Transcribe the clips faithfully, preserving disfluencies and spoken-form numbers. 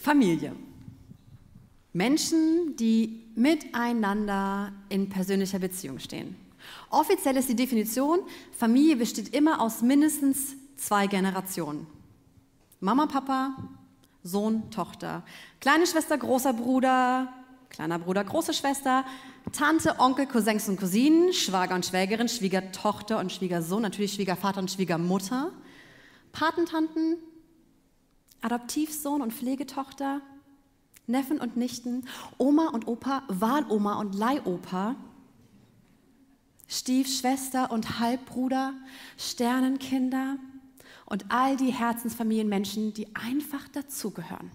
Familie. Menschen, die miteinander in persönlicher Beziehung stehen. Offiziell ist die Definition, Familie besteht immer aus mindestens zwei Generationen. Mama, Papa, Sohn, Tochter, kleine Schwester, großer Bruder, kleiner Bruder, große Schwester, Tante, Onkel, Cousins und Cousinen, Schwager und Schwägerin, Schwiegertochter und Schwiegersohn, natürlich Schwiegervater und Schwiegermutter, Patentanten, Adoptivsohn und Pflegetochter, Neffen und Nichten, Oma und Opa, Wahloma und Leihopa, Stiefschwester und Halbbruder, Sternenkinder und all die Herzensfamilienmenschen, die einfach dazugehören.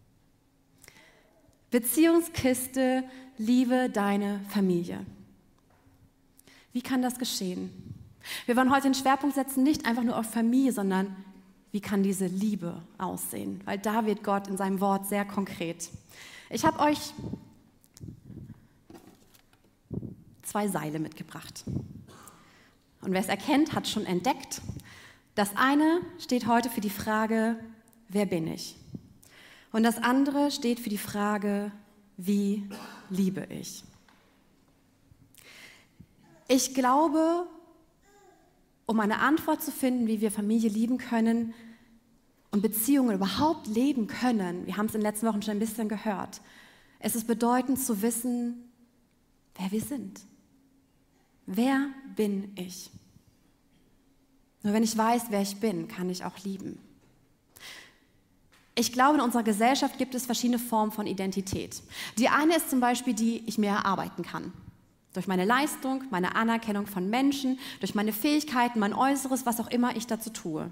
Beziehungskiste, liebe deine Familie. Wie kann das geschehen? Wir wollen heute den Schwerpunkt setzen, nicht einfach nur auf Familie, sondern wie kann diese Liebe aussehen? Weil da wird Gott in seinem Wort sehr konkret. Ich habe euch zwei Seile mitgebracht. Und wer es erkennt, hat schon entdeckt. Das eine steht heute für die Frage, wer bin ich? Und das andere steht für die Frage, wie liebe ich? Ich glaube, um eine Antwort zu finden, wie wir Familie lieben können und Beziehungen überhaupt leben können, wir haben es in den letzten Wochen schon ein bisschen gehört, es ist bedeutend zu wissen, wer wir sind. Wer bin ich? Nur wenn ich weiß, wer ich bin, kann ich auch lieben. Ich glaube, in unserer Gesellschaft gibt es verschiedene Formen von Identität. Die eine ist zum Beispiel die, ich mir erarbeiten kann. Durch meine Leistung, meine Anerkennung von Menschen, durch meine Fähigkeiten, mein Äußeres, was auch immer ich dazu tue.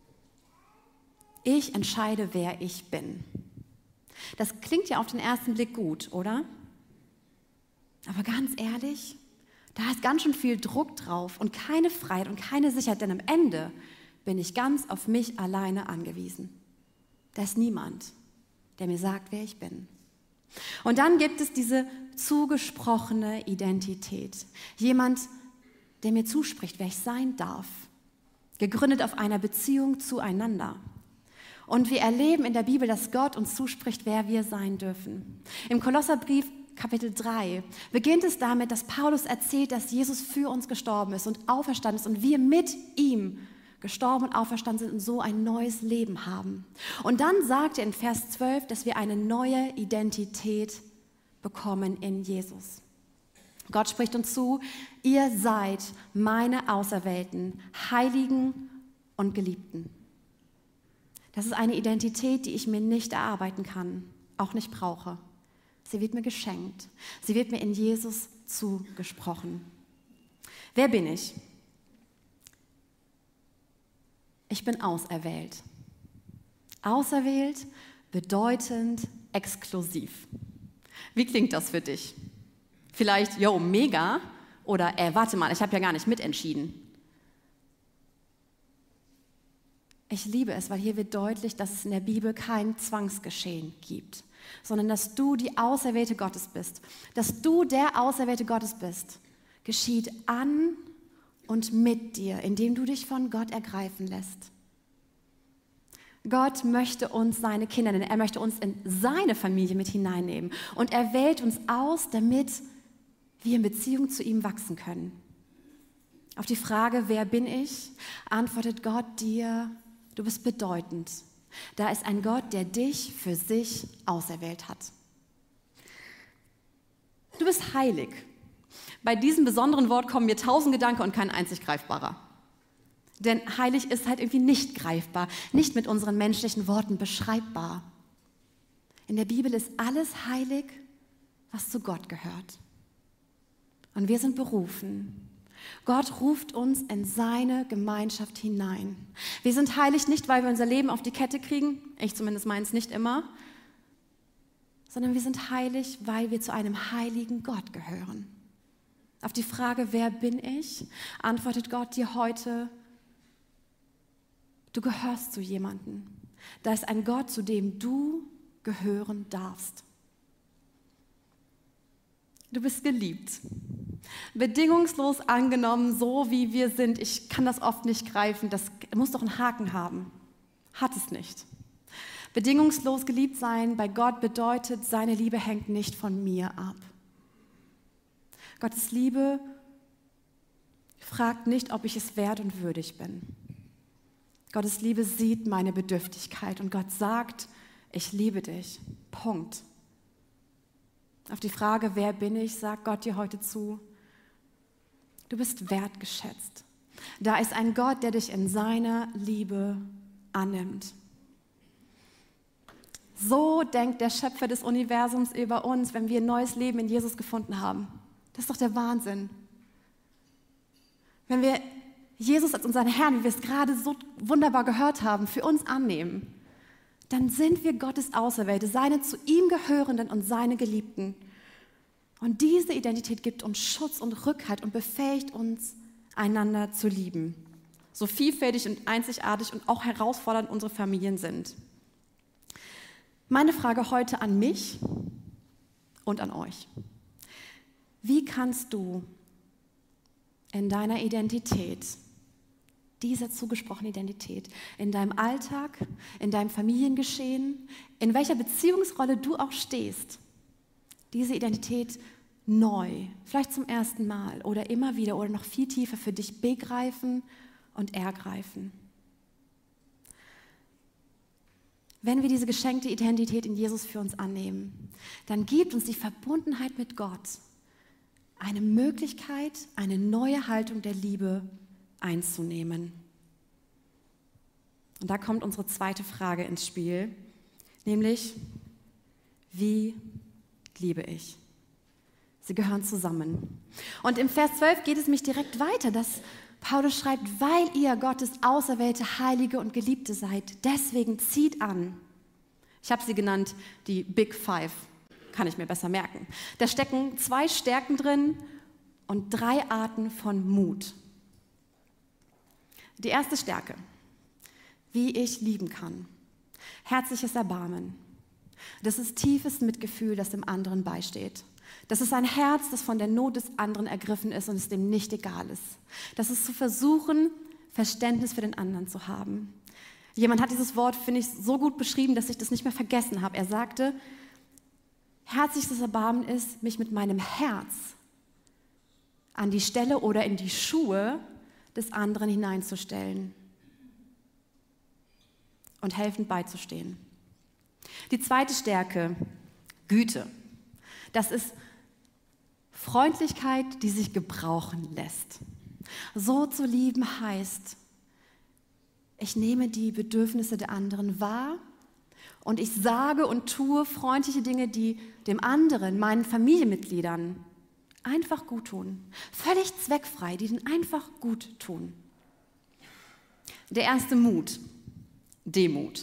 Ich entscheide, wer ich bin. Das klingt ja auf den ersten Blick gut, oder? Aber ganz ehrlich, da ist ganz schön viel Druck drauf und keine Freiheit und keine Sicherheit, denn am Ende bin ich ganz auf mich alleine angewiesen. Da ist niemand, der mir sagt, wer ich bin. Und dann gibt es diese zugesprochene Identität. Jemand, der mir zuspricht, wer ich sein darf. Gegründet auf einer Beziehung zueinander. Und wir erleben in der Bibel, dass Gott uns zuspricht, wer wir sein dürfen. Im Kolosserbrief Kapitel drei beginnt es damit, dass Paulus erzählt, dass Jesus für uns gestorben ist und auferstanden ist und wir mit ihm gestorben und auferstanden sind und so ein neues Leben haben. Und dann sagt er in Vers zwölf, dass wir eine neue Identität bekommen in Jesus. Gott spricht uns zu, ihr seid meine Auserwählten, Heiligen und Geliebten. Das ist eine Identität, die ich mir nicht erarbeiten kann, auch nicht brauche. Sie wird mir geschenkt. Sie wird mir in Jesus zugesprochen. Wer bin ich? Ich bin auserwählt. Auserwählt, bedeutend, exklusiv. Wie klingt das für dich? Vielleicht, yo, mega, oder, äh, warte mal, ich habe ja gar nicht mitentschieden. Ich liebe es, weil hier wird deutlich, dass es in der Bibel kein Zwangsgeschehen gibt, sondern dass du die Auserwählte Gottes bist. Dass du der Auserwählte Gottes bist, geschieht an und mit dir, indem du dich von Gott ergreifen lässt. Gott möchte uns seine Kinder nennen, er möchte uns in seine Familie mit hineinnehmen und er wählt uns aus, damit wir in Beziehung zu ihm wachsen können. Auf die Frage, wer bin ich, antwortet Gott dir, du bist bedeutend. Da ist ein Gott, der dich für sich auserwählt hat. Du bist heilig. Bei diesem besonderen Wort kommen mir tausend Gedanken und kein einzig greifbarer. Denn heilig ist halt irgendwie nicht greifbar, nicht mit unseren menschlichen Worten beschreibbar. In der Bibel ist alles heilig, was zu Gott gehört. Und wir sind berufen. Gott ruft uns in seine Gemeinschaft hinein. Wir sind heilig nicht, weil wir unser Leben auf die Kette kriegen, ich zumindest meins nicht immer, sondern wir sind heilig, weil wir zu einem heiligen Gott gehören. Auf die Frage, wer bin ich, antwortet Gott dir heute, du gehörst zu jemandem. Da ist ein Gott, zu dem du gehören darfst. Du bist geliebt, bedingungslos angenommen, so wie wir sind. Ich kann das oft nicht greifen, das muss doch einen Haken haben. Hat es nicht. Bedingungslos geliebt sein bei Gott bedeutet, seine Liebe hängt nicht von mir ab. Gottes Liebe fragt nicht, ob ich es wert und würdig bin. Gottes Liebe sieht meine Bedürftigkeit und Gott sagt, ich liebe dich. Punkt. Auf die Frage, wer bin ich, sagt Gott dir heute zu, du bist wertgeschätzt. Da ist ein Gott, der dich in seiner Liebe annimmt. So denkt der Schöpfer des Universums über uns, wenn wir ein neues Leben in Jesus gefunden haben. Das ist doch der Wahnsinn. Wenn wir Jesus als unseren Herrn, wie wir es gerade so wunderbar gehört haben, für uns annehmen, dann sind wir Gottes Auserwählte, seine zu ihm gehörenden und seine Geliebten. Und diese Identität gibt uns Schutz und Rückhalt und befähigt uns, einander zu lieben. So vielfältig und einzigartig und auch herausfordernd unsere Familien sind. Meine Frage heute an mich und an euch. Wie kannst du in deiner Identität, dieser zugesprochenen Identität, in deinem Alltag, in deinem Familiengeschehen, in welcher Beziehungsrolle du auch stehst, diese Identität neu, vielleicht zum ersten Mal oder immer wieder oder noch viel tiefer für dich begreifen und ergreifen? Wenn wir diese geschenkte Identität in Jesus für uns annehmen, dann gibt uns die Verbundenheit mit Gott eine Möglichkeit, eine neue Haltung der Liebe einzunehmen. Und da kommt unsere zweite Frage ins Spiel, nämlich, wie liebe ich? Sie gehören zusammen. Und im Vers zwölf geht es mich direkt weiter, dass Paulus schreibt, weil ihr Gottes auserwählte, Heilige und Geliebte seid, deswegen zieht an. Ich habe sie genannt, die Big Five, kann ich mir besser merken. Da stecken zwei Stärken drin und drei Arten von Mut. Die erste Stärke, wie ich lieben kann. Herzliches Erbarmen. Das ist tiefes Mitgefühl, das dem anderen beisteht. Das ist ein Herz, das von der Not des anderen ergriffen ist und es dem nicht egal ist. Das ist zu versuchen, Verständnis für den anderen zu haben. Jemand hat dieses Wort, finde ich, so gut beschrieben, dass ich das nicht mehr vergessen habe. Er sagte, herzliches Erbarmen ist, mich mit meinem Herz an die Stelle oder in die Schuhe des anderen hineinzustellen und helfend beizustehen. Die zweite Stärke, Güte. Das ist Freundlichkeit, die sich gebrauchen lässt. So zu lieben heißt, ich nehme die Bedürfnisse der anderen wahr und ich sage und tue freundliche Dinge, die dem anderen, meinen Familienmitgliedern, einfach gut tun. Völlig zweckfrei, die ihnen einfach gut tun. Der erste Mut, Demut.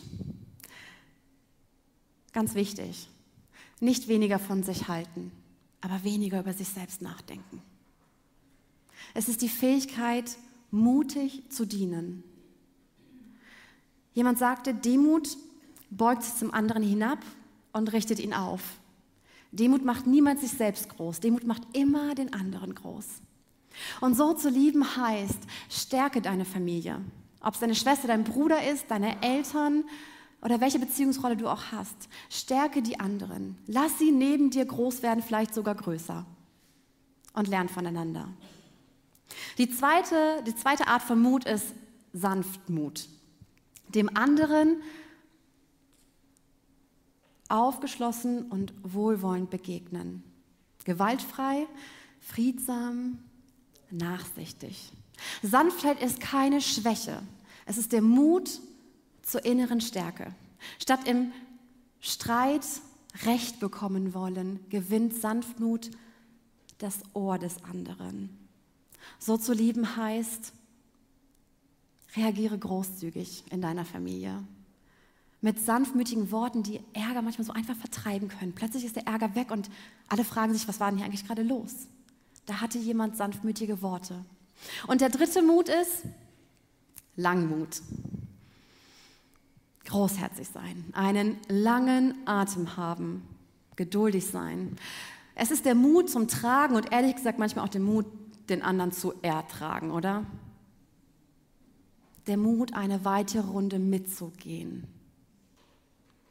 Ganz wichtig. Nicht weniger von sich halten, aber weniger über sich selbst nachdenken. Es ist die Fähigkeit, mutig zu dienen. Jemand sagte, Demut beugt sich zum anderen hinab und richtet ihn auf. Demut macht niemals sich selbst groß, Demut macht immer den anderen groß. Und so zu lieben heißt, stärke deine Familie. Ob es deine Schwester, dein Bruder ist, deine Eltern oder welche Beziehungsrolle du auch hast. Stärke die anderen. Lass sie neben dir groß werden, vielleicht sogar größer. Und lern voneinander. Die zweite, die zweite Art von Mut ist Sanftmut. Dem anderen aufgeschlossen und wohlwollend begegnen. Gewaltfrei, friedsam, nachsichtig. Sanftheit ist keine Schwäche. Es ist der Mut zur inneren Stärke. Statt im Streit Recht bekommen wollen, gewinnt Sanftmut das Ohr des anderen. So zu lieben heißt, reagiere großzügig in deiner Familie. Mit sanftmütigen Worten, die Ärger manchmal so einfach vertreiben können. Plötzlich ist der Ärger weg und alle fragen sich, was war denn hier eigentlich gerade los? Da hatte jemand sanftmütige Worte. Und der dritte Mut ist Langmut. Großherzig sein, einen langen Atem haben, geduldig sein. Es ist der Mut zum Tragen und ehrlich gesagt manchmal auch der Mut, den anderen zu ertragen, oder? Der Mut, eine weite Runde mitzugehen.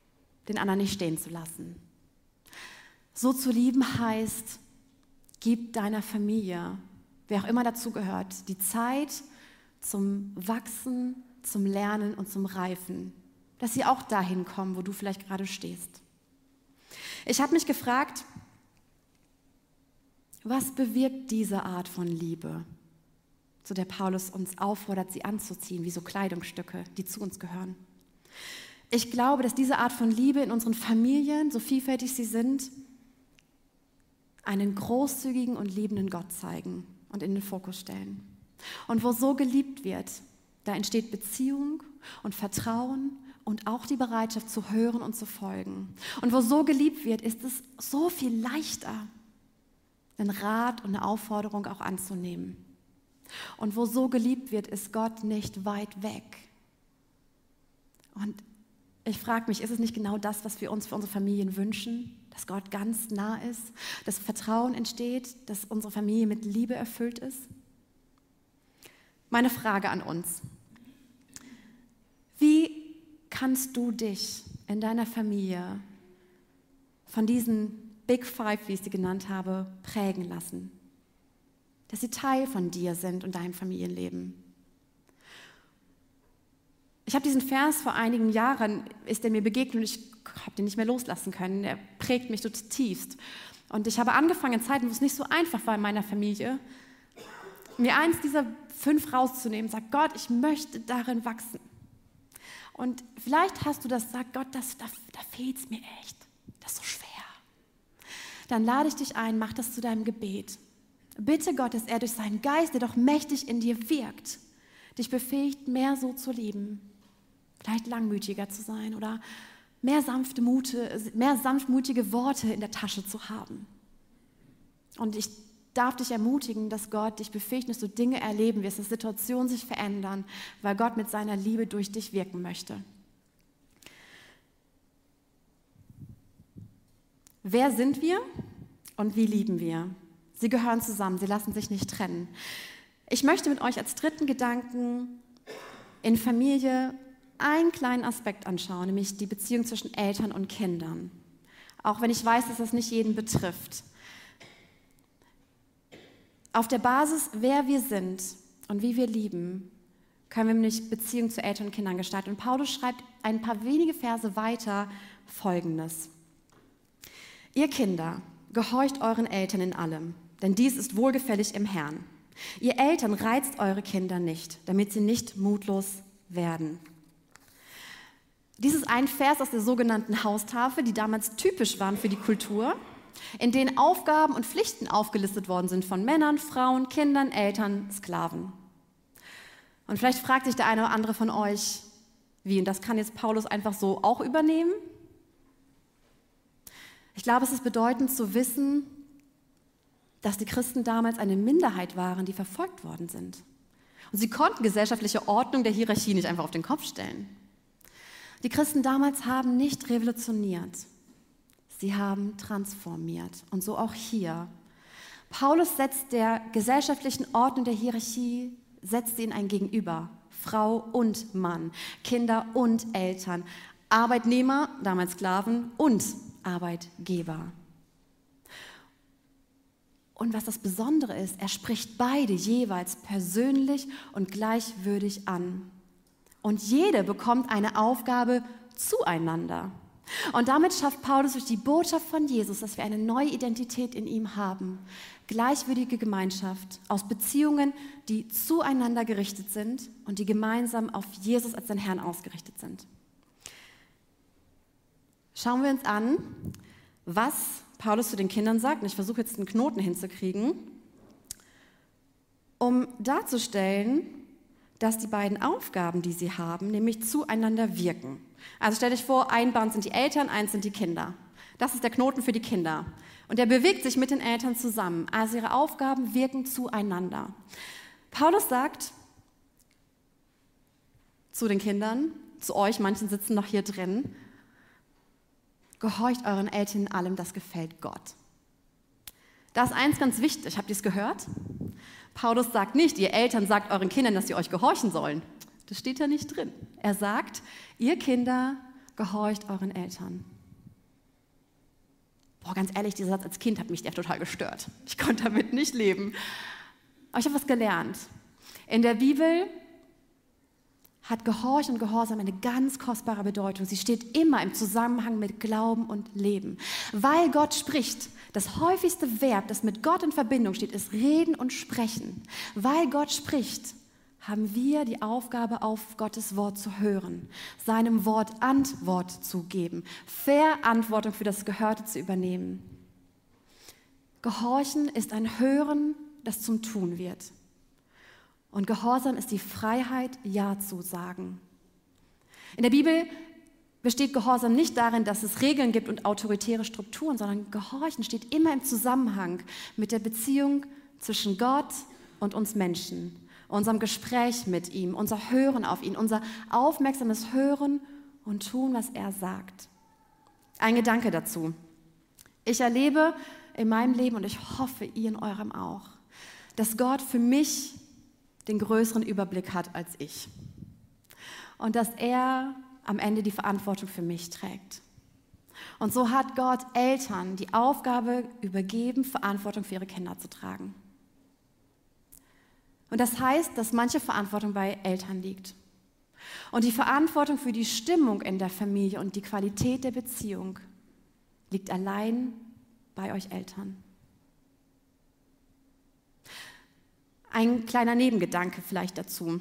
den anderen nicht stehen zu lassen. So zu lieben heißt, gib deiner Familie, wer auch immer dazu gehört, die Zeit zum Wachsen, zum Lernen und zum Reifen, dass sie auch dahin kommen, wo du vielleicht gerade stehst. Ich habe mich gefragt, was bewirkt diese Art von Liebe, zu der Paulus uns auffordert, sie anzuziehen, wie so Kleidungsstücke, die zu uns gehören. Ich glaube, dass diese Art von Liebe in unseren Familien, so vielfältig sie sind, einen großzügigen und liebenden Gott zeigen und in den Fokus stellen. Und wo so geliebt wird, da entsteht Beziehung und Vertrauen und auch die Bereitschaft zu hören und zu folgen. Und wo so geliebt wird, ist es so viel leichter, einen Rat und eine Aufforderung auch anzunehmen. Und wo so geliebt wird, ist Gott nicht weit weg. Und ich frage mich, ist es nicht genau das, was wir uns für unsere Familien wünschen? Dass Gott ganz nah ist, dass Vertrauen entsteht, dass unsere Familie mit Liebe erfüllt ist? Meine Frage an uns: Wie kannst du dich in deiner Familie von diesen Big Five, wie ich sie genannt habe, prägen lassen? Dass sie Teil von dir sind und deinem Familienleben. Ich habe diesen Vers vor einigen Jahren, ist er mir begegnet und ich habe den nicht mehr loslassen können. Er prägt mich zutiefst. Und ich habe angefangen in Zeiten, wo es nicht so einfach war in meiner Familie, mir eins dieser fünf rauszunehmen, sag Gott, ich möchte darin wachsen. Und vielleicht hast du das, sag Gott, das, da, da fehlt es mir echt, das ist so schwer. Dann lade ich dich ein, mach das zu deinem Gebet. Bitte Gott, dass er durch seinen Geist, der doch mächtig in dir wirkt, dich befähigt, mehr so zu lieben, vielleicht langmütiger zu sein oder mehr, sanfte Mute, mehr sanftmutige Worte in der Tasche zu haben. Und ich darf dich ermutigen, dass Gott dich befähigt, dass du Dinge erleben wirst, dass Situationen sich verändern, weil Gott mit seiner Liebe durch dich wirken möchte. Wer sind wir und wie lieben wir? Sie gehören zusammen, sie lassen sich nicht trennen. Ich möchte mit euch als dritten Gedanken in Familie einen kleinen Aspekt anschauen, nämlich die Beziehung zwischen Eltern und Kindern. Auch wenn ich weiß, dass das nicht jeden betrifft. Auf der Basis, wer wir sind und wie wir lieben, können wir nämlich Beziehung zu Eltern und Kindern gestalten. Und Paulus schreibt ein paar wenige Verse weiter Folgendes: Ihr Kinder, gehorcht euren Eltern in allem, denn dies ist wohlgefällig im Herrn. Ihr Eltern reizt eure Kinder nicht, damit sie nicht mutlos werden. Dies ist ein Vers aus der sogenannten Haustafel, die damals typisch waren für die Kultur, in denen Aufgaben und Pflichten aufgelistet worden sind von Männern, Frauen, Kindern, Eltern, Sklaven. Und vielleicht fragt sich der eine oder andere von euch, wie, und das kann jetzt Paulus einfach so auch übernehmen? Ich glaube, es ist bedeutend zu wissen, dass die Christen damals eine Minderheit waren, die verfolgt worden sind. Und sie konnten gesellschaftliche Ordnung der Hierarchie nicht einfach auf den Kopf stellen. Die Christen damals haben nicht revolutioniert, sie haben transformiert. Und so auch hier. Paulus setzt der gesellschaftlichen Ordnung der Hierarchie, setzt sie in ein Gegenüber. Frau und Mann, Kinder und Eltern, Arbeitnehmer, damals Sklaven, und Arbeitgeber. Und was das Besondere ist, er spricht beide jeweils persönlich und gleichwürdig an. Und jede bekommt eine Aufgabe zueinander. Und damit schafft Paulus durch die Botschaft von Jesus, dass wir eine neue Identität in ihm haben. Gleichwürdige Gemeinschaft aus Beziehungen, die zueinander gerichtet sind und die gemeinsam auf Jesus als den Herrn ausgerichtet sind. Schauen wir uns an, was Paulus zu den Kindern sagt. Und ich versuche jetzt einen Knoten hinzukriegen, um darzustellen, dass die beiden Aufgaben, die sie haben, nämlich zueinander wirken. Also stell dich vor, ein Band sind die Eltern, eins sind die Kinder. Das ist der Knoten für die Kinder. Und der bewegt sich mit den Eltern zusammen. Also ihre Aufgaben wirken zueinander. Paulus sagt zu den Kindern, zu euch, manchen sitzen noch hier drin, gehorcht euren Eltern in allem, das gefällt Gott. Da ist eins ganz wichtig, habt ihr es gehört? Paulus sagt nicht, ihr Eltern sagt euren Kindern, dass sie euch gehorchen sollen. Das steht da nicht drin. Er sagt, ihr Kinder gehorcht euren Eltern. Boah, ganz ehrlich, dieser Satz als Kind hat mich der total gestört. Ich konnte damit nicht leben. Aber ich habe was gelernt. In der Bibel hat Gehorchen und Gehorsam eine ganz kostbare Bedeutung. Sie steht immer im Zusammenhang mit Glauben und Leben. Weil Gott spricht, das häufigste Verb, das mit Gott in Verbindung steht, ist reden und sprechen. Weil Gott spricht, haben wir die Aufgabe, auf Gottes Wort zu hören, seinem Wort Antwort zu geben, Verantwortung für das Gehörte zu übernehmen. Gehorchen ist ein Hören, das zum Tun wird. Und Gehorsam ist die Freiheit, Ja zu sagen. In der Bibel besteht Gehorsam nicht darin, dass es Regeln gibt und autoritäre Strukturen, sondern Gehorchen steht immer im Zusammenhang mit der Beziehung zwischen Gott und uns Menschen, unserem Gespräch mit ihm, unser Hören auf ihn, unser aufmerksames Hören und Tun, was er sagt. Ein Gedanke dazu. Ich erlebe in meinem Leben, und ich hoffe, ihr in eurem auch, dass Gott für mich den größeren Überblick hat als ich. Und dass er am Ende die Verantwortung für mich trägt. Und so hat Gott Eltern die Aufgabe übergeben, Verantwortung für ihre Kinder zu tragen. Und das heißt, dass manche Verantwortung bei Eltern liegt. Und die Verantwortung für die Stimmung in der Familie und die Qualität der Beziehung liegt allein bei euch Eltern. Ein kleiner Nebengedanke vielleicht dazu.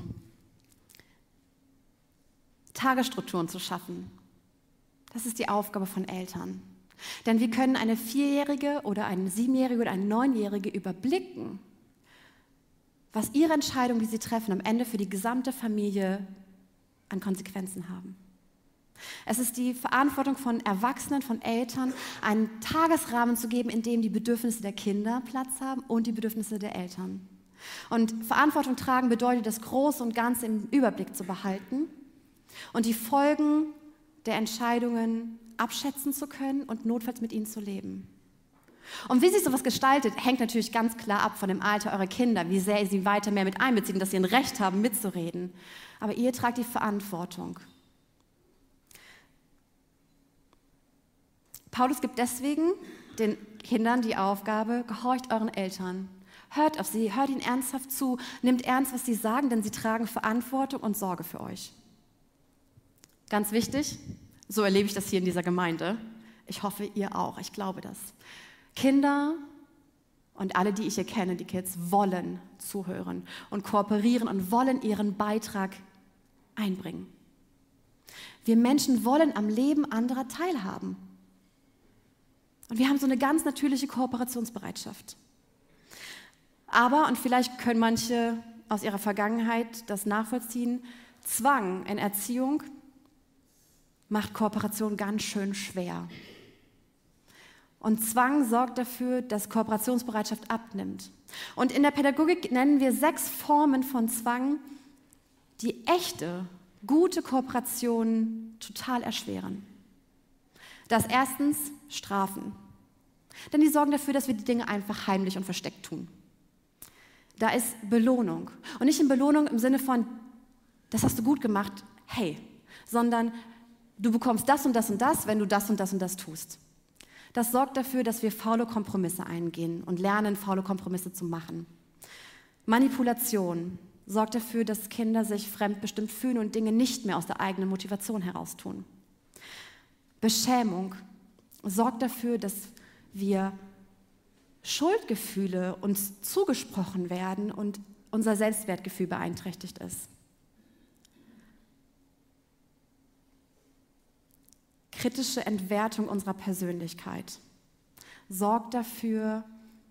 Tagesstrukturen zu schaffen, das ist die Aufgabe von Eltern. Denn wir können eine Vierjährige oder eine Siebenjährige oder eine Neunjährige überblicken, was ihre Entscheidungen, die sie treffen, am Ende für die gesamte Familie an Konsequenzen haben. Es ist die Verantwortung von Erwachsenen, von Eltern, einen Tagesrahmen zu geben, in dem die Bedürfnisse der Kinder Platz haben und die Bedürfnisse der Eltern. Und Verantwortung tragen bedeutet, das Große und Ganze im Überblick zu behalten und die Folgen der Entscheidungen abschätzen zu können und notfalls mit ihnen zu leben. Und wie sich sowas gestaltet, hängt natürlich ganz klar ab von dem Alter eurer Kinder, wie sehr ihr sie weiter mehr mit einbeziehen, dass sie ein Recht haben, mitzureden. Aber ihr tragt die Verantwortung. Paulus gibt deswegen den Kindern die Aufgabe, gehorcht euren Eltern. Hört auf sie, hört ihnen ernsthaft zu, nehmt ernst, was sie sagen, denn sie tragen Verantwortung und Sorge für euch. Ganz wichtig, so erlebe ich das hier in dieser Gemeinde. Ich hoffe, ihr auch, ich glaube das. Kinder und alle, die ich hier kenne, die Kids, wollen zuhören und kooperieren und wollen ihren Beitrag einbringen. Wir Menschen wollen am Leben anderer teilhaben. Und wir haben so eine ganz natürliche Kooperationsbereitschaft. Aber, und vielleicht können manche aus ihrer Vergangenheit das nachvollziehen, Zwang in Erziehung macht Kooperation ganz schön schwer. Und Zwang sorgt dafür, dass Kooperationsbereitschaft abnimmt. Und in der Pädagogik nennen wir sechs Formen von Zwang, die echte, gute Kooperation total erschweren. Das erstens Strafen. Denn die sorgen dafür, dass wir die Dinge einfach heimlich und versteckt tun. Da ist Belohnung. Und nicht in Belohnung im Sinne von, das hast du gut gemacht, hey, sondern du bekommst das und das und das, wenn du das und das und das tust. Das sorgt dafür, dass wir faule Kompromisse eingehen und lernen, faule Kompromisse zu machen. Manipulation sorgt dafür, dass Kinder sich fremdbestimmt fühlen und Dinge nicht mehr aus der eigenen Motivation heraus tun. Beschämung sorgt dafür, dass wir Schuldgefühle uns zugesprochen werden und unser Selbstwertgefühl beeinträchtigt ist. Kritische Entwertung unserer Persönlichkeit sorgt dafür,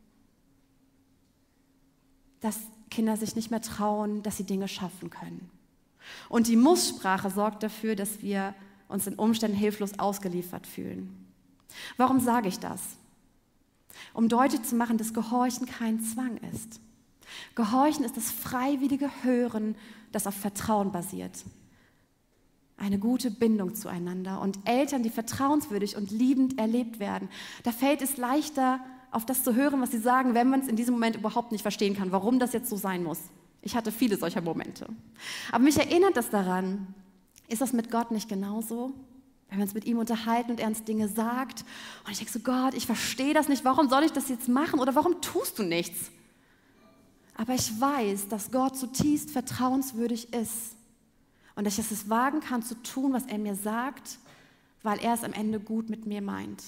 dass Kinder sich nicht mehr trauen, dass sie Dinge schaffen können. Und die Muss-Sprache sorgt dafür, dass wir uns in Umständen hilflos ausgeliefert fühlen. Warum sage ich das? Um deutlich zu machen, dass Gehorchen kein Zwang ist. Gehorchen ist das freiwillige Hören, das auf Vertrauen basiert. Eine gute Bindung zueinander und Eltern, die vertrauenswürdig und liebend erlebt werden. Da fällt es leichter, auf das zu hören, was sie sagen, wenn man es in diesem Moment überhaupt nicht verstehen kann, warum das jetzt so sein muss. Ich hatte viele solcher Momente. Aber mich erinnert das daran, ist das mit Gott nicht genauso? wenn wir uns mit ihm unterhalten und er uns Dinge sagt. Und ich denke so, Gott, ich verstehe das nicht, warum soll ich das jetzt machen oder warum tust du nichts? Aber ich weiß, dass Gott zutiefst vertrauenswürdig ist und dass ich es wagen kann zu tun, was er mir sagt, weil er es am Ende gut mit mir meint.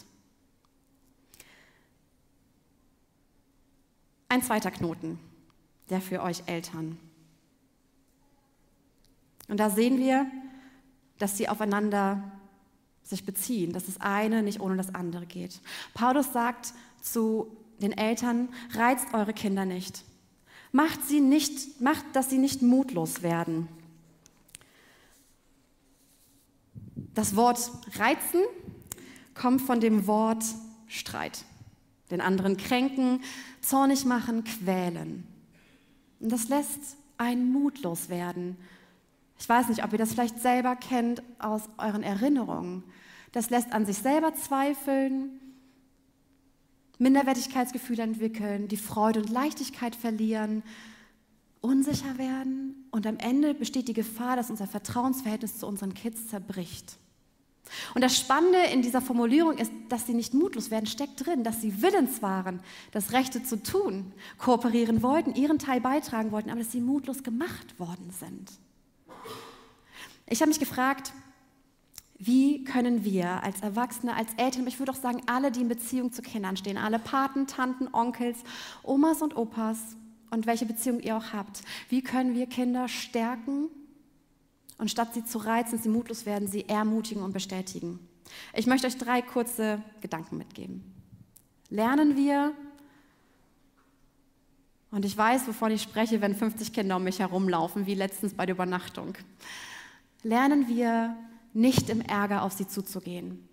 Ein zweiter Knoten, der für euch Eltern. Und da sehen wir, dass sie aufeinander sich beziehen, dass das eine nicht ohne das andere geht. Paulus sagt zu den Eltern, reizt eure Kinder nicht. Macht sie nicht, macht, dass sie nicht mutlos werden. Das Wort reizen kommt von dem Wort Streit. Den anderen kränken, zornig machen, quälen. Und das lässt einen mutlos werden. Ich weiß nicht, ob ihr das vielleicht selber kennt aus euren Erinnerungen. Das lässt an sich selber zweifeln, Minderwertigkeitsgefühle entwickeln, die Freude und Leichtigkeit verlieren, unsicher werden und am Ende besteht die Gefahr, dass unser Vertrauensverhältnis zu unseren Kids zerbricht. Und das Spannende in dieser Formulierung ist, dass sie nicht mutlos werden, steckt drin, dass sie willens waren, das Rechte zu tun, kooperieren wollten, ihren Teil beitragen wollten, aber dass sie mutlos gemacht worden sind. Ich habe mich gefragt, wie können wir als Erwachsene, als Eltern, ich würde auch sagen, alle, die in Beziehung zu Kindern stehen, alle Paten, Tanten, Onkels, Omas und Opas und welche Beziehung ihr auch habt, wie können wir Kinder stärken und statt sie zu reizen, sie mutlos werden, sie ermutigen und bestätigen? Ich möchte euch drei kurze Gedanken mitgeben. Lernen wir, und ich weiß, wovon ich spreche, wenn fünfzig Kinder um mich herumlaufen, wie letztens bei der Übernachtung, lernen wir, nicht im Ärger auf sie zuzugehen.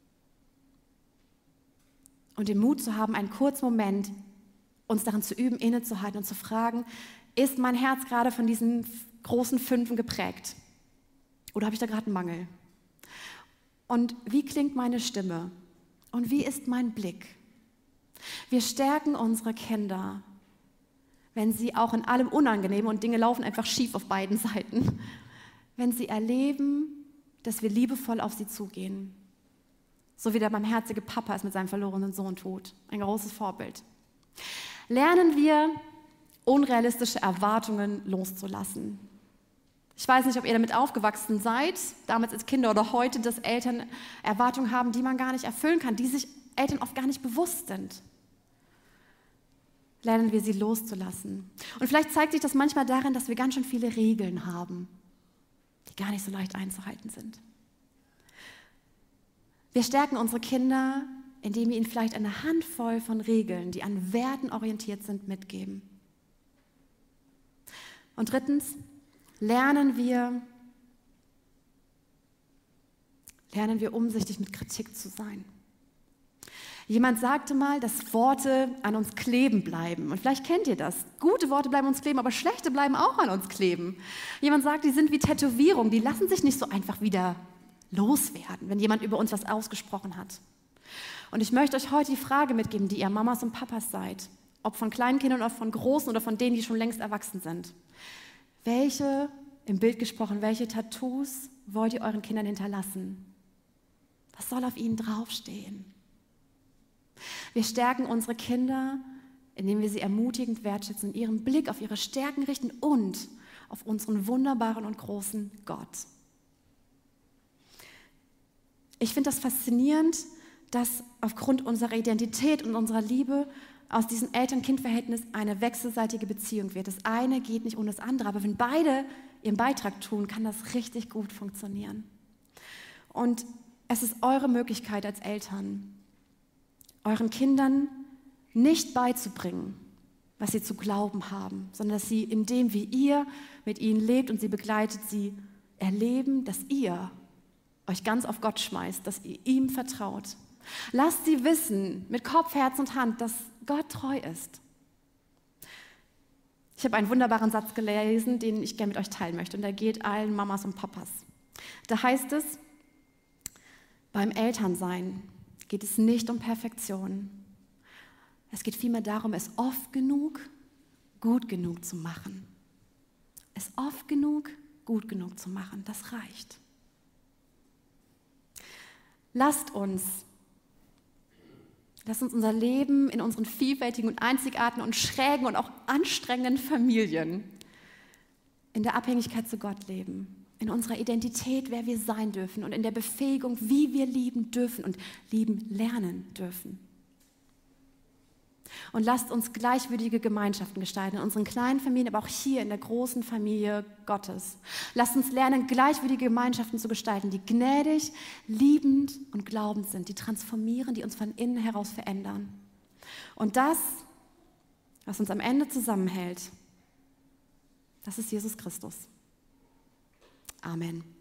Und den Mut zu haben, einen kurzen Moment uns darin zu üben, innezuhalten und zu fragen, ist mein Herz gerade von diesen großen Fünfen geprägt? Oder habe ich da gerade einen Mangel? Und wie klingt meine Stimme? Und wie ist mein Blick? Wir stärken unsere Kinder, wenn sie auch in allem Unangenehmen und Dinge laufen einfach schief auf beiden Seiten, wenn sie erleben, dass wir liebevoll auf sie zugehen. So wie der barmherzige Papa es mit seinem verlorenen Sohn tut. Ein großes Vorbild. Lernen wir, unrealistische Erwartungen loszulassen. Ich weiß nicht, ob ihr damit aufgewachsen seid, damals als Kinder oder heute, dass Eltern Erwartungen haben, die man gar nicht erfüllen kann, die sich Eltern oft gar nicht bewusst sind. Lernen wir sie loszulassen. Und vielleicht zeigt sich das manchmal darin, dass wir ganz schön viele Regeln haben, die gar nicht so leicht einzuhalten sind. Wir stärken unsere Kinder, indem wir ihnen vielleicht eine Handvoll von Regeln, die an Werten orientiert sind, mitgeben. Und drittens, lernen wir, lernen wir umsichtig mit Kritik zu sein. Jemand sagte mal, dass Worte an uns kleben bleiben. Und vielleicht kennt ihr das. Gute Worte bleiben uns kleben, aber schlechte bleiben auch an uns kleben. Jemand sagt, die sind wie Tätowierungen, die lassen sich nicht so einfach wieder loswerden, wenn jemand über uns was ausgesprochen hat. Und ich möchte euch heute die Frage mitgeben, die ihr Mamas und Papas seid, ob von kleinen Kindern oder von großen oder von denen, die schon längst erwachsen sind. Welche, im Bild gesprochen, welche Tattoos wollt ihr euren Kindern hinterlassen? Was soll auf ihnen draufstehen? Wir stärken unsere Kinder, indem wir sie ermutigend wertschätzen, ihren Blick auf ihre Stärken richten und auf unseren wunderbaren und großen Gott. Ich finde das faszinierend, dass aufgrund unserer Identität und unserer Liebe aus diesem Eltern-Kind-Verhältnis eine wechselseitige Beziehung wird. Das eine geht nicht ohne das andere, aber wenn beide ihren Beitrag tun, kann das richtig gut funktionieren. Und es ist eure Möglichkeit als Eltern, euren Kindern nicht beizubringen, was sie zu glauben haben, sondern dass sie in dem, wie ihr mit ihnen lebt und sie begleitet, sie erleben, dass ihr euch ganz auf Gott schmeißt, dass ihr ihm vertraut. Lasst sie wissen, mit Kopf, Herz und Hand, dass Gott treu ist. Ich habe einen wunderbaren Satz gelesen, den ich gerne mit euch teilen möchte, und der geht allen Mamas und Papas. Da heißt es, beim Elternsein geht es nicht um Perfektion. Es geht vielmehr darum, es oft genug, gut genug zu machen. Es oft genug, gut genug zu machen, das reicht. lasst uns, lasst uns unser Leben in unseren vielfältigen und einzigartigen und schrägen und auch anstrengenden Familien in der Abhängigkeit zu Gott leben, in unserer Identität, wer wir sein dürfen und in der Befähigung, wie wir lieben dürfen und lieben lernen dürfen. Und lasst uns gleichwürdige Gemeinschaften gestalten, in unseren kleinen Familien, aber auch hier in der großen Familie Gottes. Lasst uns lernen, gleichwürdige Gemeinschaften zu gestalten, die gnädig, liebend und glaubend sind, die transformieren, die uns von innen heraus verändern. Und das, was uns am Ende zusammenhält, das ist Jesus Christus. Amen.